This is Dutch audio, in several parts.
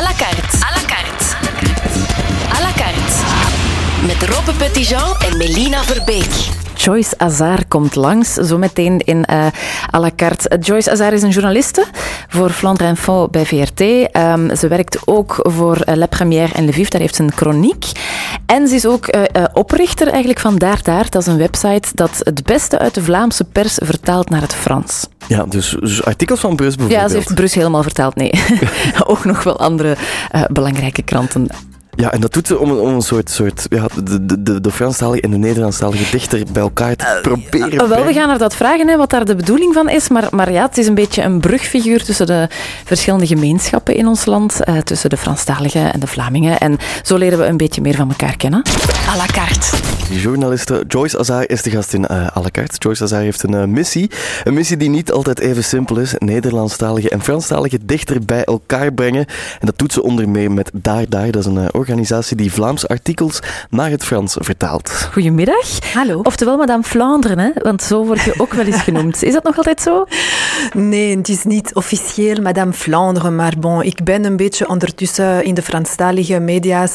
À la carte. À la carte. À la carte. Met Robbe Petitjean en Melina Verbeek. Joyce Hazard komt langs, zometeen in à la carte. Joyce Hazard is een journaliste voor Vlaanderen Info bij VRT. Ze werkt ook voor La Première en Lviv, daar heeft ze een chroniek. En ze is ook oprichter eigenlijk van Daar. Dat is een website dat het beste uit de Vlaamse pers vertaalt naar het Frans. Ja, dus artikels van Brus bijvoorbeeld. Ja, ze heeft Brus helemaal vertaald, nee. Ook nog wel andere belangrijke kranten. Ja, en dat doet ze om een soort de Franstalige en de Nederlandstalige dichter bij elkaar te proberen. Wel, we gaan haar dat vragen, hè, wat daar de bedoeling van is. Maar ja, het is een beetje een brugfiguur tussen de verschillende gemeenschappen in ons land. Tussen de Franstaligen en de Vlamingen. En zo leren we een beetje meer van elkaar kennen. À la carte. Journaliste Joyce Hazard is de gast in à la carte. Joyce Hazard heeft een missie. Een missie die niet altijd even simpel is. Nederlandstalige en Franstalige dichter bij elkaar brengen. En dat doet ze onder meer met Daar. Dat is een organisatie die Vlaamse artikels naar het Frans vertaalt. Goedemiddag. Hallo. Oftewel Madame Vlaanderen, hè? Want zo word je ook wel eens genoemd. Is dat nog altijd zo? Nee, het is niet officieel Madame Vlaanderen, maar bon, ik ben een beetje ondertussen in de Franstalige media's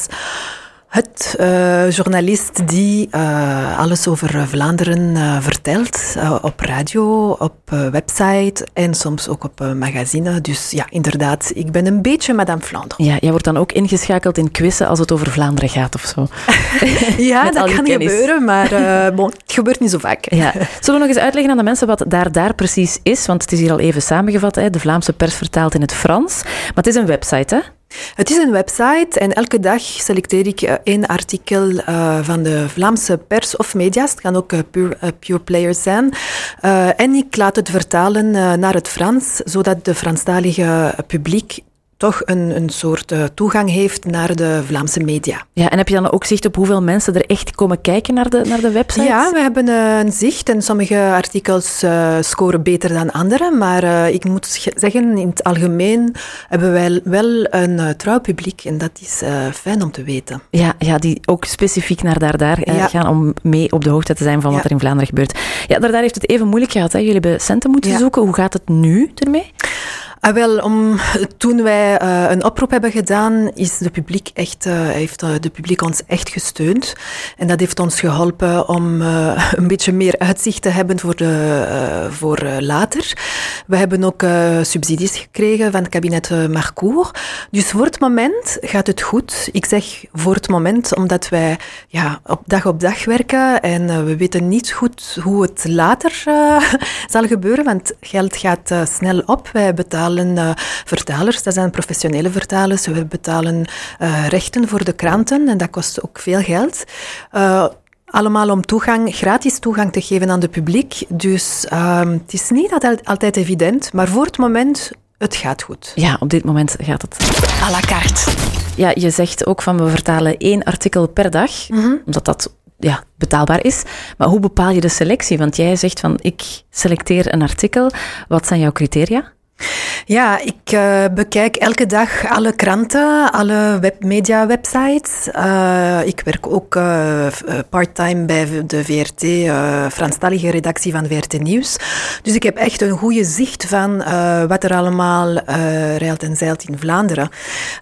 het journalist die alles over Vlaanderen vertelt. Op radio, op website en soms ook op magazine. Dus ja, inderdaad, ik ben een beetje Madame Vlaanderen. Ja, jij wordt dan ook ingeschakeld in quizzen als het over Vlaanderen gaat of zo. Ja, dat kan gebeuren, maar bon, het gebeurt niet zo vaak. Ja. Zullen we nog eens uitleggen aan de mensen wat Daar precies is? Want het is hier al even samengevat, hè? De Vlaamse pers vertaalt in het Frans. Maar het is een website, hè? Het is een website en elke dag selecteer ik één artikel van de Vlaamse pers of media's. Het kan ook pure players zijn. En ik laat het vertalen naar het Frans, zodat de Franstalige publiek toch een soort toegang heeft naar de Vlaamse media. Ja, en heb je dan ook zicht op hoeveel mensen er echt komen kijken naar de website? Ja, we hebben een zicht en sommige artikels scoren beter dan andere, maar ik moet zeggen, in het algemeen hebben wij wel een trouw publiek en dat is fijn om te weten. Ja, die ook specifiek naar Daar gaan om mee op de hoogte te zijn van wat er in Vlaanderen gebeurt. Ja, Daar heeft het even moeilijk gehad, hè? Jullie hebben centen moeten zoeken. Hoe gaat het nu ermee? Toen wij een oproep hebben gedaan, heeft de publiek ons echt gesteund. En dat heeft ons geholpen om een beetje meer uitzicht te hebben voor later. We hebben ook subsidies gekregen van het kabinet Marcourt. Dus voor het moment gaat het goed. Ik zeg voor het moment, omdat wij op dag werken en we weten niet goed hoe het later zal gebeuren, want geld gaat snel op. Wij betalen vertalers, dat zijn professionele vertalers. We betalen rechten voor de kranten en dat kost ook veel geld. Allemaal om gratis toegang te geven aan het publiek. Dus het is niet altijd evident, maar voor het moment, het gaat goed. Ja, op dit moment gaat het. À la carte. Ja, je zegt ook van we vertalen 1 artikel per dag, omdat dat betaalbaar is. Maar hoe bepaal je de selectie? Want jij zegt van ik selecteer een artikel. Wat zijn jouw criteria? Ja, ik bekijk elke dag alle kranten, alle media-websites. Ik werk ook part-time bij de VRT, Franstalige redactie van VRT Nieuws. Dus ik heb echt een goede zicht van wat er allemaal reilt en zeilt in Vlaanderen.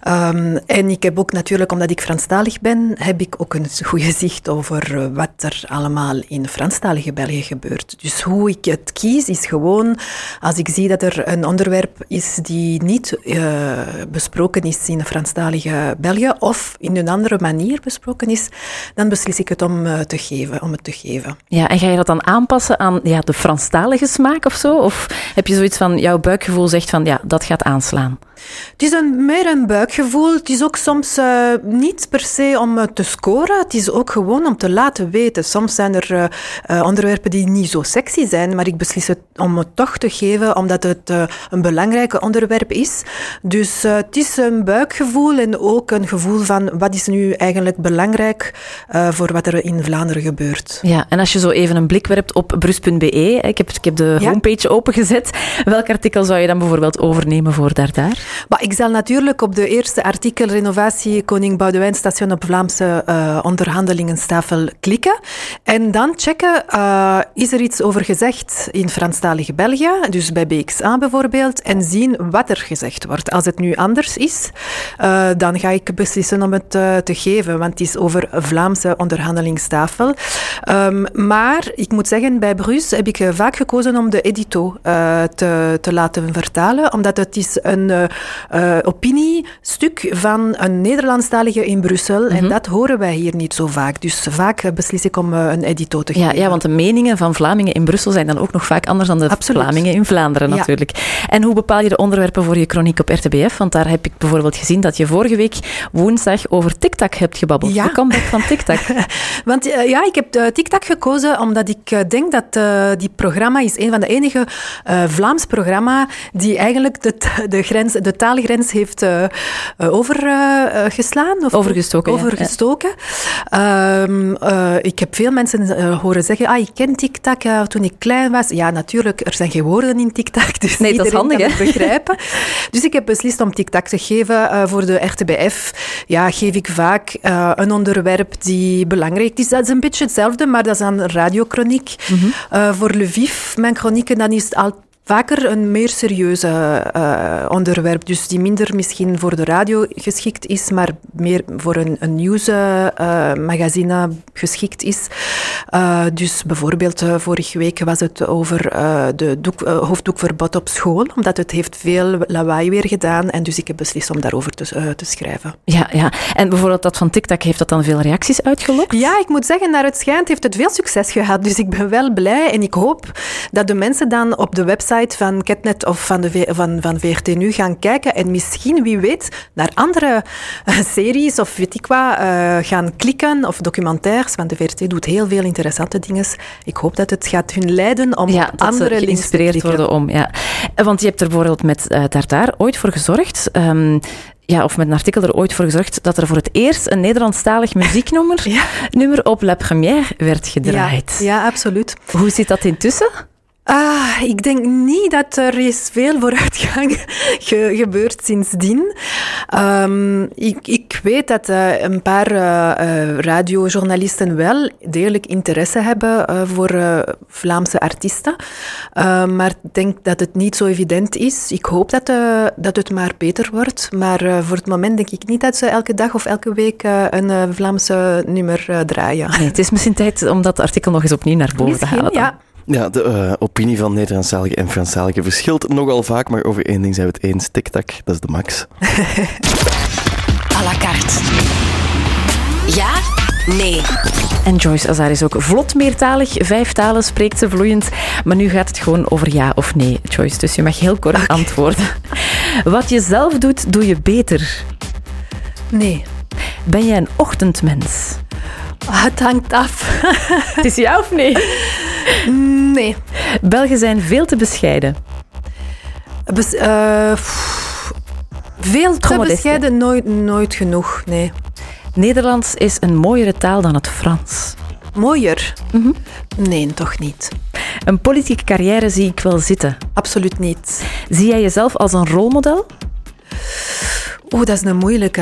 En ik heb ook natuurlijk, omdat ik Franstalig ben, heb ik ook een goede zicht over wat er allemaal in Franstalige België gebeurt. Dus hoe ik het kies is gewoon, als ik zie dat er een onderwerp is die niet besproken is in Franstalige België of in een andere manier besproken is, dan beslis ik het om het te geven. Ja, en ga je dat dan aanpassen aan de Franstalige smaak of zo? Of heb je zoiets van, jouw buikgevoel zegt van, ja, dat gaat aanslaan? Het is meer een buikgevoel. Het is ook soms niet per se om te scoren. Het is ook gewoon om te laten weten. Soms zijn er onderwerpen die niet zo sexy zijn, maar ik beslis het om het toch te geven, omdat het een belangrijk onderwerp is. Dus het is een buikgevoel en ook een gevoel van wat is nu eigenlijk belangrijk voor wat er in Vlaanderen gebeurt. Ja, en als je zo even een blik werpt op brus.be, ik heb de homepage opengezet, welk artikel zou je dan bijvoorbeeld overnemen voor Daar? Maar ik zal natuurlijk op de eerste artikel renovatie Koning Boudewijn station op Vlaamse onderhandelingstafel klikken. En dan checken, is er iets over gezegd in Franstalige België, dus bij BXA bijvoorbeeld, en zien wat er gezegd wordt. Als het nu anders is, dan ga ik beslissen om het te geven, want het is over Vlaamse onderhandelingstafel. Maar ik moet zeggen, bij Bruce heb ik vaak gekozen om de edito te laten vertalen, omdat het is een opiniestuk van een Nederlandstalige in Brussel en dat horen wij hier niet zo vaak. Dus vaak beslis ik om een edito te geven. Ja, want de meningen van Vlamingen in Brussel zijn dan ook nog vaak anders dan de Vlamingen in Vlaanderen natuurlijk. En hoe bepaal je de onderwerpen voor je chroniek op RTBF? Want daar heb ik bijvoorbeeld gezien dat je vorige week woensdag over TikTok hebt gebabbeld. De comeback van TikTok. Want ik heb TikTok gekozen omdat ik denk dat die programma is een van de enige Vlaams programma die eigenlijk de taalgrens heeft overgeslaan. Of overgestoken. Ik heb veel mensen horen zeggen, ik ken TikTok toen ik klein was. Ja, natuurlijk, er zijn geen woorden in TikTok, dus nee, dat is handig, kan het begrijpen. Dus ik heb beslist om TikTok te geven voor de RTBF. Ja, geef ik vaak een onderwerp die belangrijk is. Dat is een beetje hetzelfde, maar dat is een radiochroniek. Voor Lviv, mijn chronieken, dan is het al vaker een meer serieuze onderwerp, dus die minder misschien voor de radio geschikt is, maar meer voor een nieuwsmagazine geschikt is. Dus bijvoorbeeld vorige week was het over de hoofddoekverbod op school, omdat het heeft veel lawaai weer gedaan en dus ik heb beslist om daarover te schrijven. Ja. En bijvoorbeeld dat van TikTok, heeft dat dan veel reacties uitgelokt? Ja, ik moet zeggen, naar het schijnt heeft het veel succes gehad, dus ik ben wel blij en ik hoop dat de mensen dan op de website van Ketnet of van VRT Nu gaan kijken en misschien, wie weet, naar andere series of weet ik wat, gaan klikken of documentaires, want de VRT doet heel veel interessante dingen. Ik hoop dat het gaat hun leiden om andere links geïnspireerd worden om. Ja. Want je hebt er bijvoorbeeld met Tartaar ooit voor gezorgd... of met een artikel er ooit voor gezorgd dat er voor het eerst een Nederlandstalig muzieknummer op La Première werd gedraaid. Ja, absoluut. Hoe zit dat intussen? Ik denk niet dat er is veel vooruitgang gebeurd sindsdien. Ik weet dat een paar radiojournalisten wel degelijk interesse hebben voor Vlaamse artiesten. Maar ik denk dat het niet zo evident is. Ik hoop dat het maar beter wordt. Maar voor het moment denk ik niet dat ze elke dag of elke week een Vlaamse nummer draaien. Nee, het is misschien tijd om dat artikel nog eens opnieuw naar boven te halen. Ja. Ja, de opinie van Nederlandstaligen en Franstaligen verschilt nogal vaak, maar over één ding zijn we het eens. TikTok, dat is de max. À la carte. Ja? Nee. En Joyce Azar is ook vlot meertalig. 5 talen spreekt ze vloeiend. Maar nu gaat het gewoon over ja of nee, Joyce. Dus je mag heel kort antwoorden. Wat je zelf doet, doe je beter. Nee. Ben jij een ochtendmens? Het hangt af. Het is ja of nee? Nee. Belgen zijn veel te bescheiden. Veel te bescheiden, nooit genoeg, nee. Nederlands is een mooiere taal dan het Frans. Mooier? Nee, toch niet. Een politieke carrière zie ik wel zitten. Absoluut niet. Zie jij jezelf als een rolmodel? Dat is een moeilijke.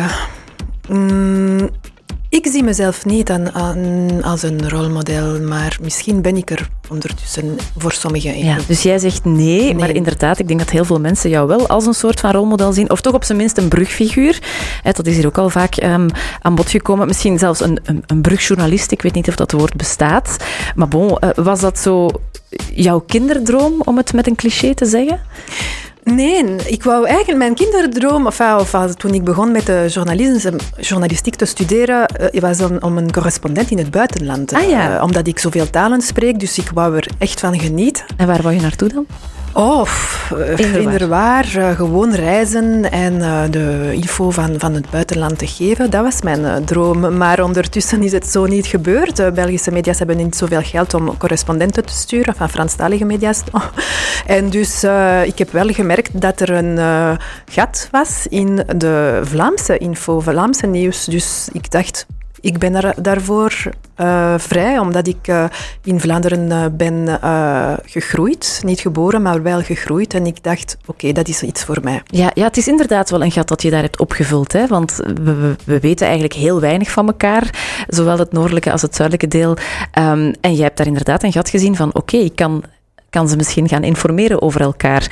Ik zie mezelf niet als een rolmodel, maar misschien ben ik er ondertussen voor sommigen. Ja, dus jij zegt nee, maar inderdaad, ik denk dat heel veel mensen jou wel als een soort van rolmodel zien, of toch op zijn minst een brugfiguur. Dat is hier ook al vaak aan bod gekomen. Misschien zelfs een brugjournalist, ik weet niet of dat woord bestaat. Maar bon, was dat zo jouw kinderdroom, om het met een cliché te zeggen? Nee, ik wou eigenlijk mijn kinderdroom, toen ik begon met de journalistiek te studeren, was om een correspondent in het buitenland. Omdat ik zoveel talen spreek, dus ik wou er echt van genieten. En waar wou je naartoe dan? Inderwaar, gewoon reizen en de info van het buitenland te geven. Dat was mijn droom. Maar ondertussen is het zo niet gebeurd. Belgische media's hebben niet zoveel geld om correspondenten te sturen, van Franstalige media's. En dus ik heb wel gemerkt dat er een gat was in de Vlaamse info, Vlaamse nieuws. Dus ik dacht, ik ben daarvoor vrij, omdat ik in Vlaanderen ben gegroeid. Niet geboren, maar wel gegroeid. En ik dacht, oké, dat is iets voor mij. Ja, het is inderdaad wel een gat dat je daar hebt opgevuld. Hè? Want we weten eigenlijk heel weinig van elkaar. Zowel het noordelijke als het zuidelijke deel. En jij hebt daar inderdaad een gat gezien van, oké, ik kan ze misschien gaan informeren over elkaar.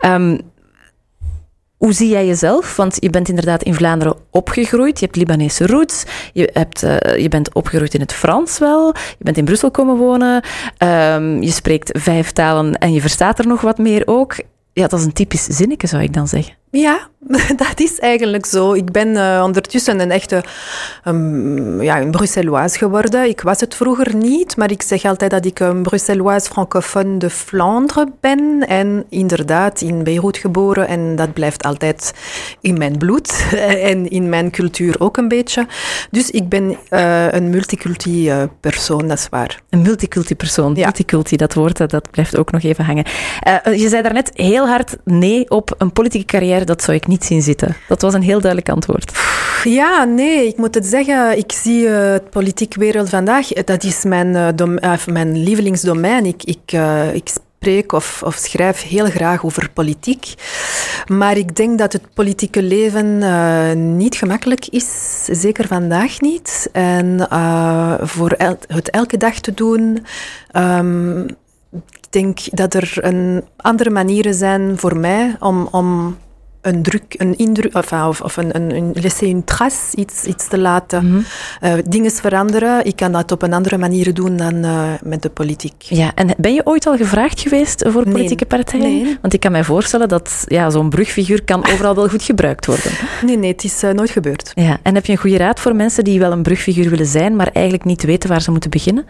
Hoe zie jij jezelf? Want je bent inderdaad in Vlaanderen opgegroeid. Je hebt Libanese roots. Je bent opgegroeid in het Frans wel. Je bent in Brussel komen wonen. Je spreekt 5 talen en je verstaat er nog wat meer ook. Ja, dat is een typisch zinnetje, zou ik dan zeggen. Ja, dat is eigenlijk zo. Ik ben ondertussen een echte een Bruxelloise geworden. Ik was het vroeger niet, maar ik zeg altijd dat ik een Bruxelloise francophone de Vlaanderen ben. En inderdaad in Beirut geboren. En dat blijft altijd in mijn bloed en in mijn cultuur ook een beetje. Dus ik ben een multiculti persoon, dat is waar. Een multiculti persoon. Ja. Multiculti, dat woord, dat blijft ook nog even hangen. Je zei daarnet heel hard nee op een politieke carrière. Dat zou ik niet zien zitten. Dat was een heel duidelijk antwoord. Ja, nee, ik moet het zeggen. Ik zie het politiek wereld vandaag. Dat is mijn lievelingsdomein. Ik spreek of schrijf heel graag over politiek. Maar ik denk dat het politieke leven niet gemakkelijk is. Zeker vandaag niet. En voor het elke dag te doen... ik denk dat er andere manieren zijn voor mij om een indruk, of een laisser une trace, iets te laten. Dingen veranderen. Ik kan dat op een andere manier doen dan met de politiek. Ja, en ben je ooit al gevraagd geweest voor politieke partijen? Nee. Want ik kan mij voorstellen dat zo'n brugfiguur kan overal wel goed gebruikt worden. Nee, het is nooit gebeurd. Ja, en heb je een goede raad voor mensen die wel een brugfiguur willen zijn, maar eigenlijk niet weten waar ze moeten beginnen?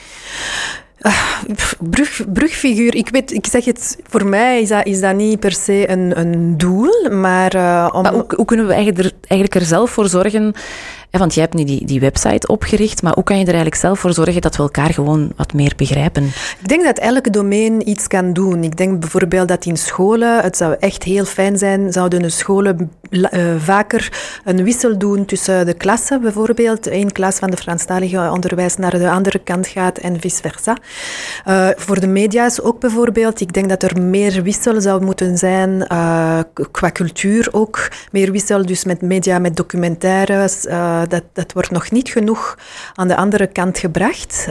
Brugfiguur, ik zeg het, voor mij is dat niet per se een doel, maar... Maar hoe kunnen we eigenlijk er zelf voor zorgen... want jij hebt nu die website opgericht, maar hoe kan je er eigenlijk zelf voor zorgen dat we elkaar gewoon wat meer begrijpen? Ik denk dat elke domein iets kan doen. Ik denk bijvoorbeeld dat in scholen, het zou echt heel fijn zijn, zouden de scholen vaker een wissel doen tussen de klassen, bijvoorbeeld. Eén klas van de Franstalige onderwijs naar de andere kant gaat en vice versa. Voor de media's ook bijvoorbeeld. Ik denk dat er meer wissel zou moeten zijn, qua cultuur ook. Meer wissel, dus met media, met documentaires. Dat wordt nog niet genoeg aan de andere kant gebracht.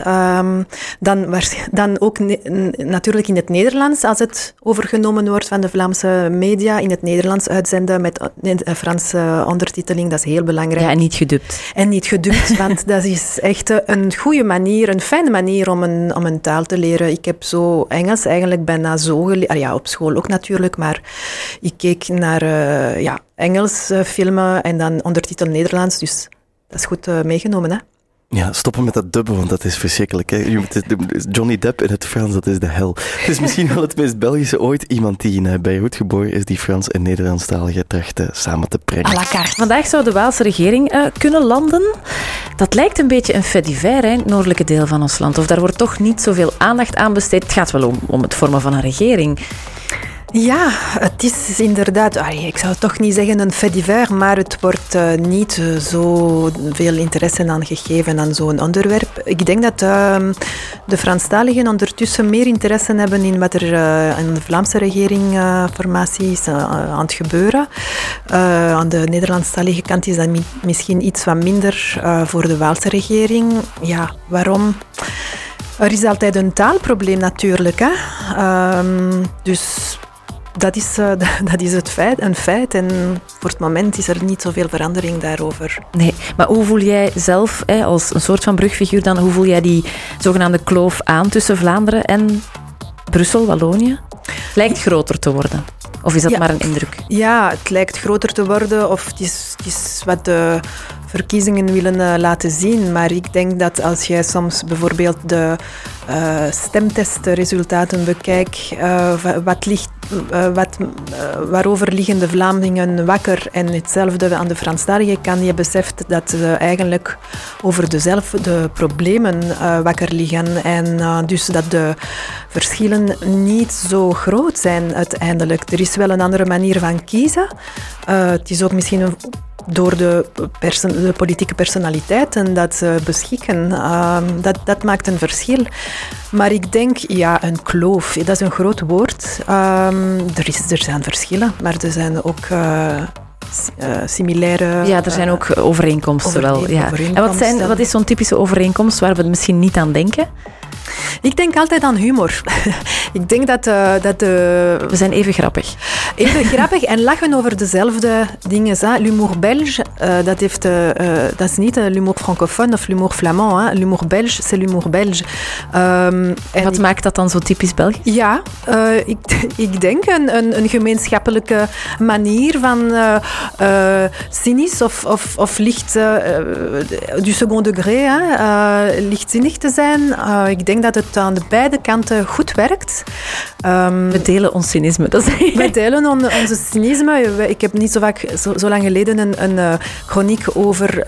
Dan ook natuurlijk in het Nederlands, als het overgenomen wordt van de Vlaamse media, in het Nederlands uitzenden met Franse ondertiteling, dat is heel belangrijk. Ja, en niet gedubt. En niet gedubt, want dat is echt een goede manier, een fijne manier om een taal te leren. Ik heb zo Engels eigenlijk bijna zo geleerd. Ja, op school ook natuurlijk, maar ik keek naar Engels filmen en dan ondertitel Nederlands, dus dat is goed meegenomen, hè? Ja, stoppen met dat dubben, want dat is verschrikkelijk. Hè? Johnny Depp in het Frans, dat is de hel. Het is misschien wel het meest Belgische ooit. Iemand die in Beirut geboren is, die Frans en Nederlandstalige tracht samen te brengen. À la carte. Vandaag zou de Waalse regering kunnen landen. Dat lijkt een beetje een fait divers, het noordelijke deel van ons land. Of daar wordt toch niet zoveel aandacht aan besteed. Het gaat wel om het vormen van een regering. Ja, het is inderdaad, ik zou toch niet zeggen een fait divers, maar het wordt niet zo veel interesse aan gegeven aan zo'n onderwerp. Ik denk dat de Franstaligen ondertussen meer interesse hebben in wat er in de Vlaamse regeringformatie is aan het gebeuren. Aan de Nederlandstalige kant is dat misschien iets wat minder voor de Waalse regering. Ja, waarom? Er is altijd een taalprobleem natuurlijk, hè? Dus... Dat is een feit en voor het moment is er niet zoveel verandering daarover. Nee, maar hoe voel jij zelf, als een soort van brugfiguur dan, hoe voel jij die zogenaamde kloof aan tussen Vlaanderen en Brussel, Wallonië? Lijkt groter te worden? Of is dat maar een indruk? Ja, het lijkt groter te worden of het is wat de verkiezingen willen laten zien. Maar ik denk dat als jij soms bijvoorbeeld de stemtestresultaten bekijkt, waarover liggen de Vlamingen wakker en hetzelfde aan de Franstalige kant, je beseft dat ze eigenlijk over dezelfde problemen wakker liggen en dus dat de verschillen niet zo groot zijn uiteindelijk. Er is wel een andere manier van kiezen. Het is ook misschien door de politieke personaliteiten dat beschikken. Dat maakt een verschil. Maar ik denk, een kloof, dat is een groot woord. Er zijn verschillen, maar er zijn ook similaire... Ja, er zijn ook overeenkomsten wel. Ja. En wat is zo'n typische overeenkomst waar we misschien niet aan denken? Ik denk altijd aan humor. Ik denk dat we zijn even grappig. Even grappig en lachen over dezelfde dingen. L'humour belge, dat is niet l'humour francophone of l'humour flamand. L'humour belge, c'est l'humour belge. Wat maakt dat dan zo typisch Belgisch? Ja, ik denk een gemeenschappelijke manier van cynisch of licht du second degré, lichtzinnig te zijn. Ik denk dat het aan de beide kanten goed werkt. We delen ons cynisme. We delen onze cynisme. Ik heb niet zo lang geleden een chroniek over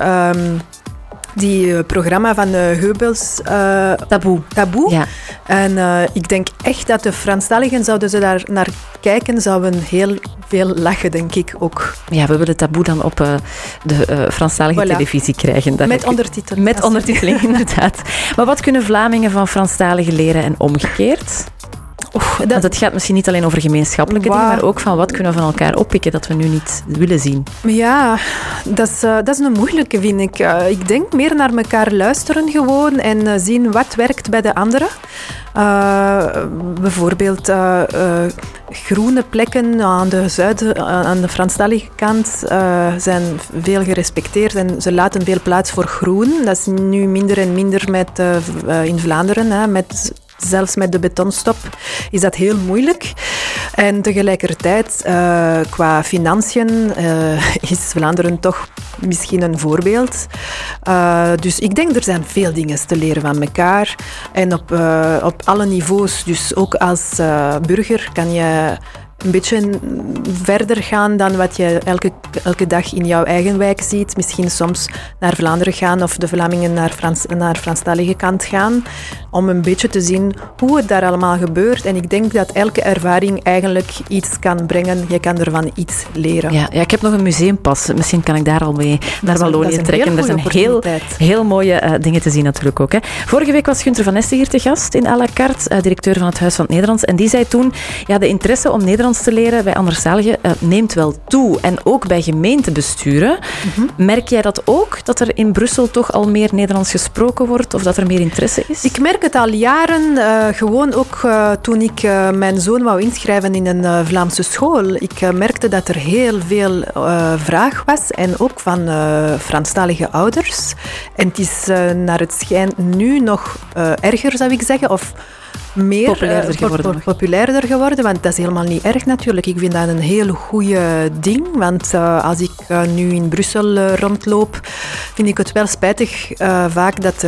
die programma van Goebbels. Taboe. Ja. En ik denk echt dat de Franstaligen, zouden ze daar naar kijken, zouden heel veel lachen, denk ik ook. Ja, we willen Taboe dan op de Franstalige televisie krijgen. Met ondertiteling. Met ondertiteling, inderdaad. Maar wat kunnen Vlamingen van Franstaligen leren en omgekeerd? Want het gaat misschien niet alleen over gemeenschappelijke dingen, maar ook van wat kunnen we van elkaar oppikken dat we nu niet willen zien. Ja, dat is een moeilijke, vind ik. Ik denk meer naar elkaar luisteren gewoon en zien wat werkt bij de anderen. Bijvoorbeeld groene plekken aan de Franstalige kant zijn veel gerespecteerd en ze laten veel plaats voor groen. Dat is nu minder en minder in Vlaanderen, zelfs met de betonstop is dat heel moeilijk. En tegelijkertijd, qua financiën, is Vlaanderen toch misschien een voorbeeld. Dus ik denk, er zijn veel dingen te leren van elkaar. En op alle niveaus, dus ook als burger, kan je een beetje verder gaan dan wat je elke dag in jouw eigen wijk ziet. Misschien soms naar Vlaanderen gaan of de Vlamingen naar Franstalige kant gaan. Om een beetje te zien hoe het daar allemaal gebeurt. En ik denk dat elke ervaring eigenlijk iets kan brengen. Je kan ervan iets leren. Ja, ik heb nog een museumpas. Misschien kan ik daar al mee naar Wallonië trekken. Er zijn heel mooie dingen te zien natuurlijk ook. Hè. Vorige week was Gunther van Esten hier te gast in à la carte, directeur van het Huis van het Nederlands. En die zei toen, de interesse om Nederlands te leren bij anderstaligen neemt wel toe. En ook bij gemeentebesturen. Mm-hmm. Merk jij dat ook? Dat er in Brussel toch al meer Nederlands gesproken wordt? Of dat er meer interesse is? Ik merk het al jaren. Gewoon ook toen ik mijn zoon wou inschrijven in een Vlaamse school. Ik merkte dat er heel veel vraag was. En ook van Franstalige ouders. En het is naar het schijnt nu nog erger, zou ik zeggen. Of meer populairder geworden, want dat is helemaal niet erg natuurlijk. Ik vind dat een heel goeie ding, want als ik nu in Brussel rondloop, vind ik het wel spijtig vaak dat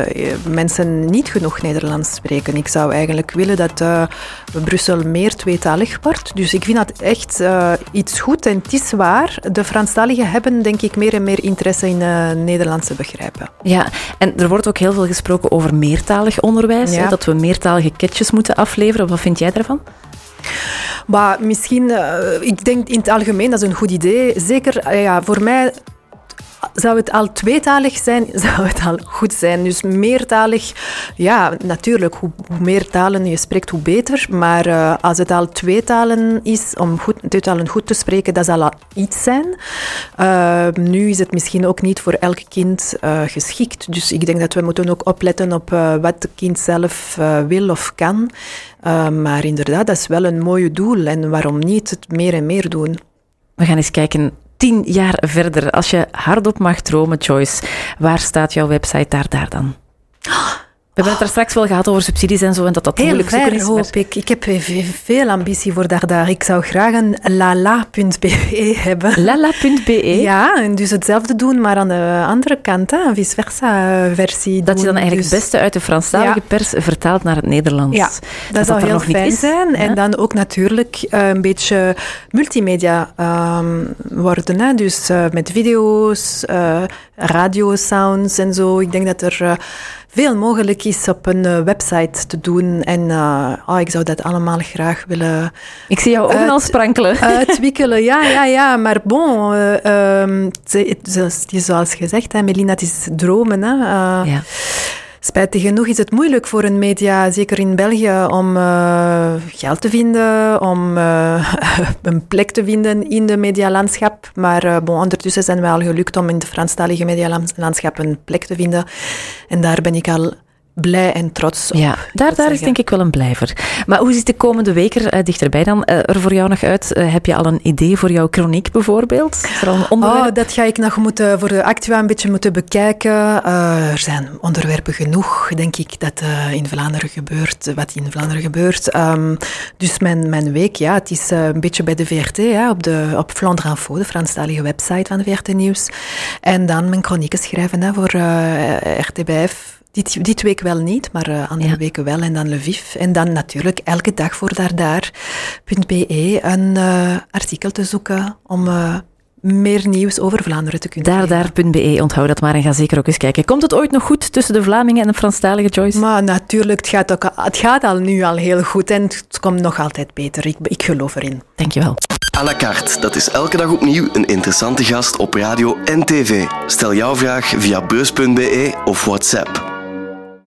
mensen niet genoeg Nederlands spreken. Ik zou eigenlijk willen dat Brussel meer tweetalig wordt. Dus ik vind dat echt iets goed en het is waar. De Franstaligen hebben denk ik meer en meer interesse in Nederlandse begrijpen. Ja, en er wordt ook heel veel gesproken over meertalig onderwijs, hè, dat we meertalige ketjes moeten afleveren. Wat vind jij daarvan? Maar misschien, ik denk in het algemeen, dat is een goed idee. Zeker, voor mij zou het al tweetalig zijn, zou het al goed zijn. Dus meertalig, natuurlijk, hoe meer talen je spreekt, hoe beter. Maar als het al tweetalen is, om tweetalen goed te spreken, dat zal al iets zijn. Nu is het misschien ook niet voor elk kind geschikt. Dus ik denk dat we moeten ook opletten op wat het kind zelf wil of kan. Maar inderdaad, dat is wel een mooi doel. En waarom niet het meer en meer doen? We gaan eens kijken 10 jaar verder. Als je hardop mag dromen, Joyce, waar staat jouw website daar dan? We hebben het daar straks wel gehad over subsidies en zo, en dat moeilijk zoeken is. Hoop ik. Ik heb veel ambitie voor daar. Ik zou graag een lala.be hebben. Lala.be? Ja, en dus hetzelfde doen, maar aan de andere kant, een vice versa versie. Dat je dan eigenlijk het beste uit de Franstalige pers vertaalt naar het Nederlands. Ja, dat zou heel fijn zijn. En dan ook natuurlijk een beetje multimedia worden. Hè? Dus met video's, radiosounds en zo. Ik denk dat er veel mogelijk is op een website te doen. En ik zou dat allemaal graag willen... Ik zie jou ook al sprankelen. Uitwikkelen, ja. Maar bon, zoals gezegd, hè, Melina, het is dromen. Hè. Ja. Spijtig genoeg is het moeilijk voor een media, zeker in België, om geld te vinden, om een plek te vinden in de medialandschap. Maar ondertussen zijn we al gelukt om in het Franstalige medialandschap een plek te vinden. En daar ben ik al blij en trots op. Ja, daar is denk ik wel een blijver. Maar hoe ziet de komende week er dichterbij dan er voor jou nog uit? Heb je al een idee voor jouw kroniek bijvoorbeeld? Is er al een onderwerp? Dat ga ik nog voor de Actua een beetje moeten bekijken. Er zijn onderwerpen genoeg, denk ik, dat in Vlaanderen gebeurt, wat in Vlaanderen gebeurt. Dus mijn week, het is een beetje bij de VRT, op Vlaanderen Info, de Franstalige website van de VRT Nieuws. En dan mijn kronieken schrijven voor RTBF. Dit week wel niet, maar andere weken wel. En dan Lviv. En dan natuurlijk elke dag voor daardaar.be een artikel te zoeken om meer nieuws over Vlaanderen te kunnen Daardaar.be, onthoud dat maar en ga zeker ook eens kijken. Komt het ooit nog goed tussen de Vlamingen en de Franstalige, Joyce? Maar natuurlijk, het gaat al nu al heel goed en het komt nog altijd beter. Ik geloof erin. Dankjewel. À la carte, dat is elke dag opnieuw een interessante gast op radio en tv. Stel jouw vraag via beurs.be of WhatsApp.